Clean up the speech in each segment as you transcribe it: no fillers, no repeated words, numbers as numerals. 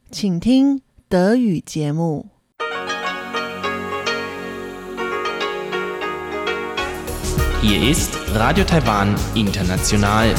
请听德语节目。 Hier ist Radio Taiwan International.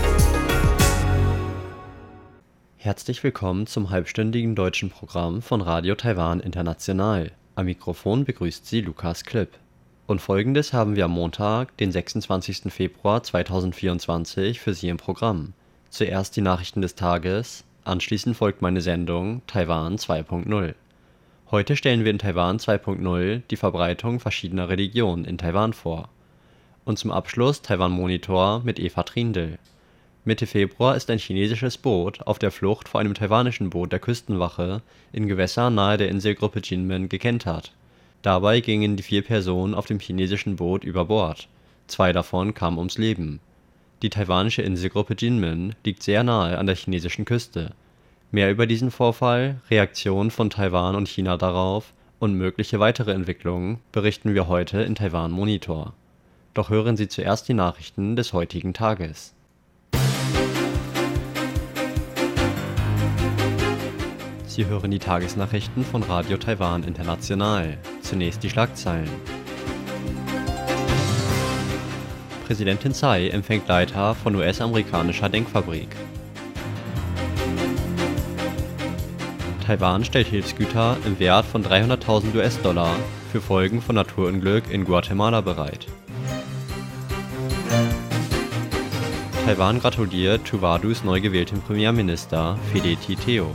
Herzlich willkommen zum halbstündigen deutschen Programm von Radio Taiwan International. Am Mikrofon begrüßt Sie Lukas Klipp. Und Folgendes haben wir am Montag, den 26. Februar 2024 für Sie im Programm. Zuerst die Nachrichten des Tages, anschließend folgt meine Sendung Taiwan 2.0. Heute stellen wir in Taiwan 2.0 die Verbreitung verschiedener Religionen in Taiwan vor. Und zum Abschluss Taiwan Monitor mit Eva Trindl. Mitte Februar ist ein chinesisches Boot auf der Flucht vor einem taiwanischen Boot der Küstenwache in Gewässern nahe der Inselgruppe Jinmen gekentert. Dabei gingen die 4 Personen auf dem chinesischen Boot über Bord. 2 davon kamen ums Leben. Die taiwanische Inselgruppe Jinmen liegt sehr nahe an der chinesischen Küste. Mehr über diesen Vorfall, Reaktionen von Taiwan und China darauf und mögliche weitere Entwicklungen berichten wir heute in Taiwan Monitor. Doch hören Sie zuerst die Nachrichten des heutigen Tages. Sie hören die Tagesnachrichten von Radio Taiwan International. Zunächst die Schlagzeilen. Präsidentin Tsai empfängt Leiter von US-amerikanischer Denkfabrik. Taiwan stellt Hilfsgüter im Wert von $300.000 für Folgen von Naturunglück in Guatemala bereit. Taiwan gratuliert Tuvalus neu gewähltem Premierminister Pheleti Theo.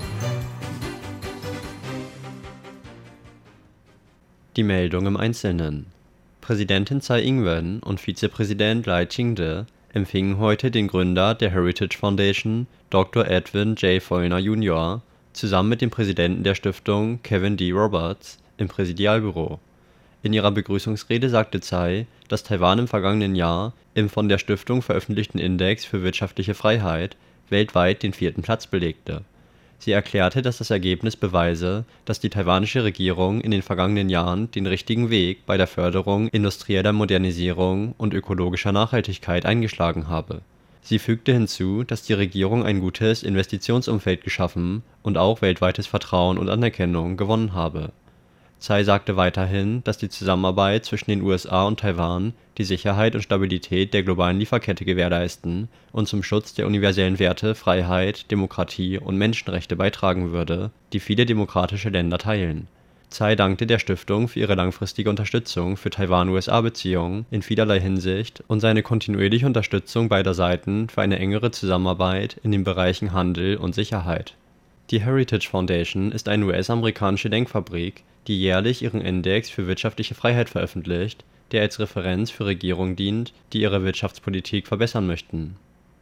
Die Meldung im Einzelnen. Präsidentin Tsai Ing-wen und Vizepräsident Lai Ching-te empfingen heute den Gründer der Heritage Foundation, Dr. Edwin J. Follner Jr., zusammen mit dem Präsidenten der Stiftung, Kevin D. Roberts, im Präsidialbüro. In ihrer Begrüßungsrede sagte Tsai, dass Taiwan im vergangenen Jahr im von der Stiftung veröffentlichten Index für wirtschaftliche Freiheit weltweit den 4. Platz belegte. Sie erklärte, dass das Ergebnis beweise, dass die taiwanische Regierung in den vergangenen Jahren den richtigen Weg bei der Förderung industrieller Modernisierung und ökologischer Nachhaltigkeit eingeschlagen habe. Sie fügte hinzu, dass die Regierung ein gutes Investitionsumfeld geschaffen und auch weltweites Vertrauen und Anerkennung gewonnen habe. Tsai sagte weiterhin, dass die Zusammenarbeit zwischen den USA und Taiwan die Sicherheit und Stabilität der globalen Lieferkette gewährleisten und zum Schutz der universellen Werte Freiheit, Demokratie und Menschenrechte beitragen würde, die viele demokratische Länder teilen. Tsai dankte der Stiftung für ihre langfristige Unterstützung für Taiwan-USA-Beziehungen in vielerlei Hinsicht und seine kontinuierliche Unterstützung beider Seiten für eine engere Zusammenarbeit in den Bereichen Handel und Sicherheit. Die Heritage Foundation ist eine US-amerikanische Denkfabrik, die jährlich ihren Index für wirtschaftliche Freiheit veröffentlicht, der als Referenz für Regierungen dient, die ihre Wirtschaftspolitik verbessern möchten.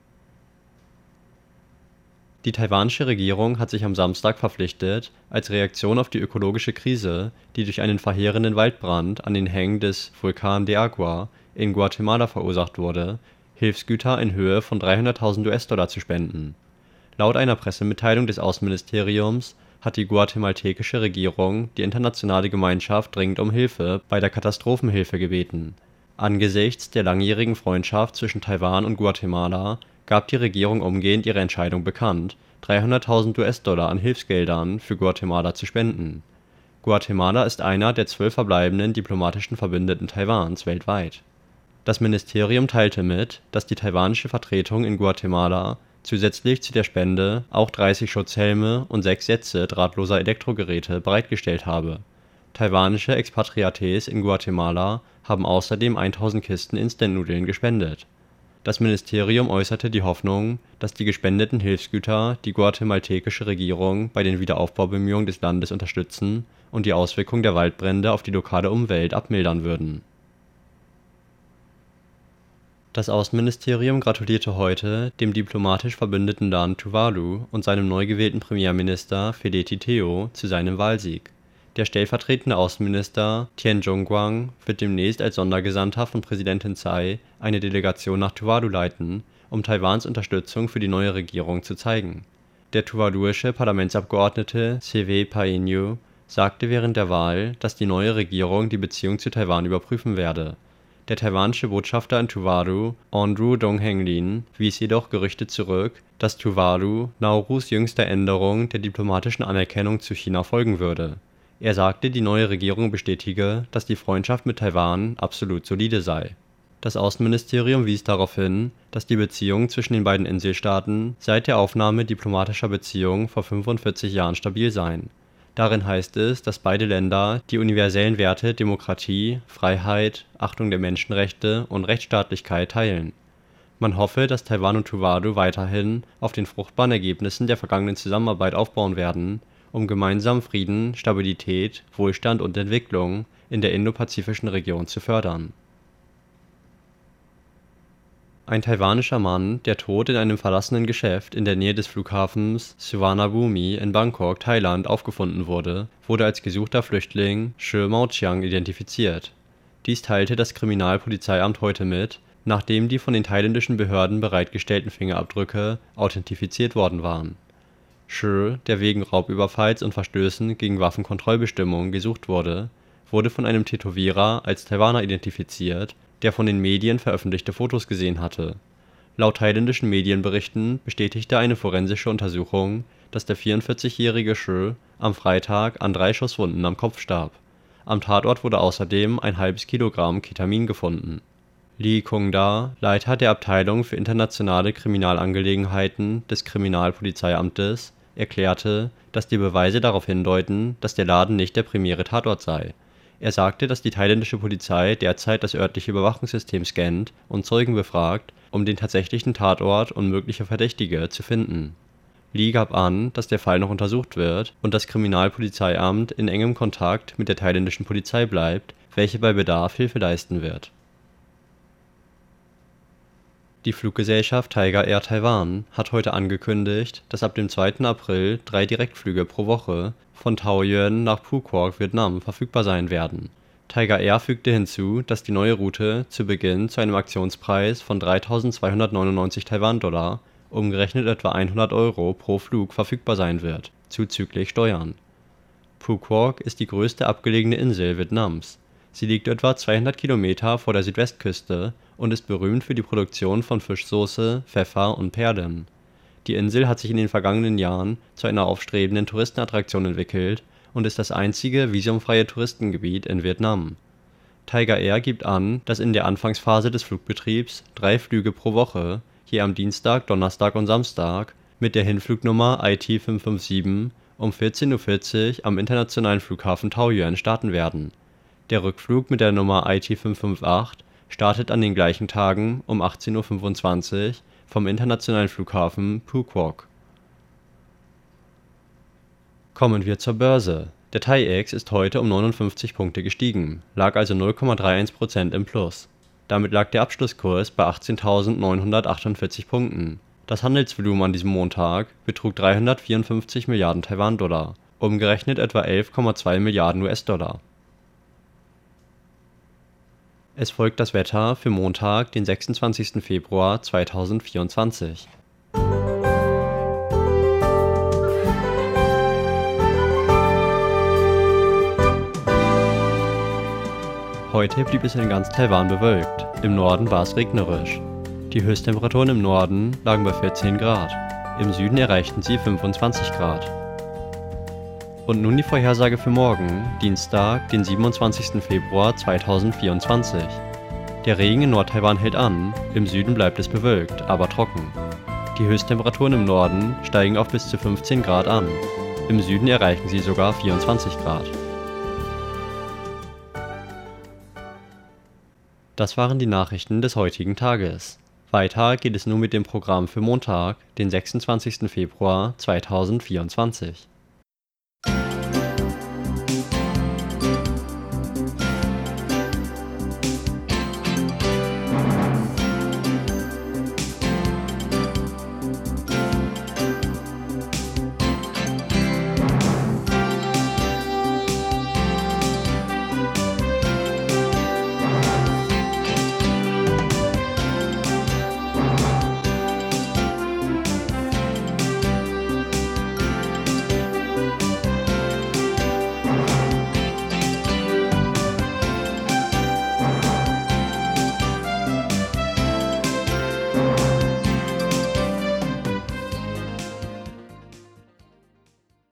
Die taiwanische Regierung hat sich am Samstag verpflichtet, als Reaktion auf die ökologische Krise, die durch einen verheerenden Waldbrand an den Hängen des Vulkan de Agua in Guatemala verursacht wurde, Hilfsgüter in Höhe von $300.000 zu spenden. Laut einer Pressemitteilung des Außenministeriums hat die guatemaltekische Regierung die internationale Gemeinschaft dringend um Hilfe bei der Katastrophenhilfe gebeten. Angesichts der langjährigen Freundschaft zwischen Taiwan und Guatemala gab die Regierung umgehend ihre Entscheidung bekannt, $300.000 an Hilfsgeldern für Guatemala zu spenden. Guatemala ist einer der 12 verbleibenden diplomatischen Verbündeten Taiwans weltweit. Das Ministerium teilte mit, dass die taiwanische Vertretung in Guatemala zusätzlich zu der Spende auch 30 Schutzhelme und 6 Sätze drahtloser Elektrogeräte bereitgestellt habe. Taiwanische Expatriates in Guatemala haben außerdem 1000 Kisten Instant-Nudeln gespendet. Das Ministerium äußerte die Hoffnung, dass die gespendeten Hilfsgüter die guatemaltekische Regierung bei den Wiederaufbaubemühungen des Landes unterstützen und die Auswirkungen der Waldbrände auf die lokale Umwelt abmildern würden. Das Außenministerium gratulierte heute dem diplomatisch verbündeten Land Tuvalu und seinem neu gewählten Premierminister Pheleti Theo zu seinem Wahlsieg. Der stellvertretende Außenminister Tian Zhongguang wird demnächst als Sondergesandter von Präsidentin Tsai eine Delegation nach Tuvalu leiten, um Taiwans Unterstützung für die neue Regierung zu zeigen. Der tuvaluische Parlamentsabgeordnete Seve Paenio sagte während der Wahl, dass die neue Regierung die Beziehung zu Taiwan überprüfen werde. Der taiwanische Botschafter in Tuvalu, Andrew Dong-Henglin, wies jedoch Gerüchte zurück, dass Tuvalu Naurus jüngster Änderung der diplomatischen Anerkennung zu China folgen würde. Er sagte, die neue Regierung bestätige, dass die Freundschaft mit Taiwan absolut solide sei. Das Außenministerium wies darauf hin, dass die Beziehungen zwischen den beiden Inselstaaten seit der Aufnahme diplomatischer Beziehungen vor 45 Jahren stabil seien. Darin heißt es, dass beide Länder die universellen Werte Demokratie, Freiheit, Achtung der Menschenrechte und Rechtsstaatlichkeit teilen. Man hoffe, dass Taiwan und Tuvalu weiterhin auf den fruchtbaren Ergebnissen der vergangenen Zusammenarbeit aufbauen werden, um gemeinsam Frieden, Stabilität, Wohlstand und Entwicklung in der indopazifischen Region zu fördern. Ein taiwanischer Mann, der tot in einem verlassenen Geschäft in der Nähe des Flughafens Suvarnabhumi in Bangkok, Thailand, aufgefunden wurde, wurde als gesuchter Flüchtling Shi Maoqiang identifiziert. Dies teilte das Kriminalpolizeiamt heute mit, nachdem die von den thailändischen Behörden bereitgestellten Fingerabdrücke authentifiziert worden waren. Shi, der wegen Raubüberfalls und Verstößen gegen Waffenkontrollbestimmungen gesucht wurde, wurde von einem Tätowierer als Taiwaner identifiziert, der von den Medien veröffentlichte Fotos gesehen hatte. Laut thailändischen Medienberichten bestätigte eine forensische Untersuchung, dass der 44-jährige Shi am Freitag an 3 Schusswunden am Kopf starb. Am Tatort wurde außerdem ein halbes Kilogramm Ketamin gefunden. Lee Kung-da, Leiter der Abteilung für internationale Kriminalangelegenheiten des Kriminalpolizeiamtes, erklärte, dass die Beweise darauf hindeuten, dass der Laden nicht der primäre Tatort sei. Er sagte, dass die thailändische Polizei derzeit das örtliche Überwachungssystem scannt und Zeugen befragt, um den tatsächlichen Tatort und mögliche Verdächtige zu finden. Lee gab an, dass der Fall noch untersucht wird und das Kriminalpolizeiamt in engem Kontakt mit der thailändischen Polizei bleibt, welche bei Bedarf Hilfe leisten wird. Die Fluggesellschaft Tiger Air Taiwan hat heute angekündigt, dass ab dem 2. April 3 Direktflüge pro Woche von Taoyuan nach Phuoc, Vietnam, verfügbar sein werden. Tiger Air fügte hinzu, dass die neue Route zu Beginn zu einem Aktionspreis von 3.299 Taiwan-Dollar, umgerechnet etwa 100 Euro pro Flug, verfügbar sein wird, zuzüglich Steuern. Phuoc ist die größte abgelegene Insel Vietnams. Sie liegt etwa 200 Kilometer vor der Südwestküste und ist berühmt für die Produktion von Fischsoße, Pfeffer und Perlen. Die Insel hat sich in den vergangenen Jahren zu einer aufstrebenden Touristenattraktion entwickelt und ist das einzige visumfreie Touristengebiet in Vietnam. Tiger Air gibt an, dass in der Anfangsphase des Flugbetriebs 3 Flüge pro Woche, je am Dienstag, Donnerstag und Samstag, mit der Hinflugnummer IT557 um 14:40 Uhr am internationalen Flughafen Taoyuan starten werden. Der Rückflug mit der Nummer IT558 startet an den gleichen Tagen um 18:25 Uhr vom internationalen Flughafen Phuoc. Kommen wir zur Börse. Der TAIEX ist heute um 59 Punkte gestiegen, lag also 0,31% im Plus. Damit lag der Abschlusskurs bei 18.948 Punkten. Das Handelsvolumen an diesem Montag betrug 354 Milliarden Taiwan-Dollar, umgerechnet etwa 11,2 Milliarden US-Dollar. Es folgt das Wetter für Montag, den 26. Februar 2024. Heute blieb es in ganz Taiwan bewölkt, im Norden war es regnerisch. Die Höchsttemperaturen im Norden lagen bei 14 Grad, im Süden erreichten sie 25 Grad. Und nun die Vorhersage für morgen, Dienstag, den 27. Februar 2024. Der Regen in Nord-Taiwan hält an, im Süden bleibt es bewölkt, aber trocken. Die Höchsttemperaturen im Norden steigen auf bis zu 15 Grad an, im Süden erreichen sie sogar 24 Grad. Das waren die Nachrichten des heutigen Tages. Weiter geht es nun mit dem Programm für Montag, den 26. Februar 2024.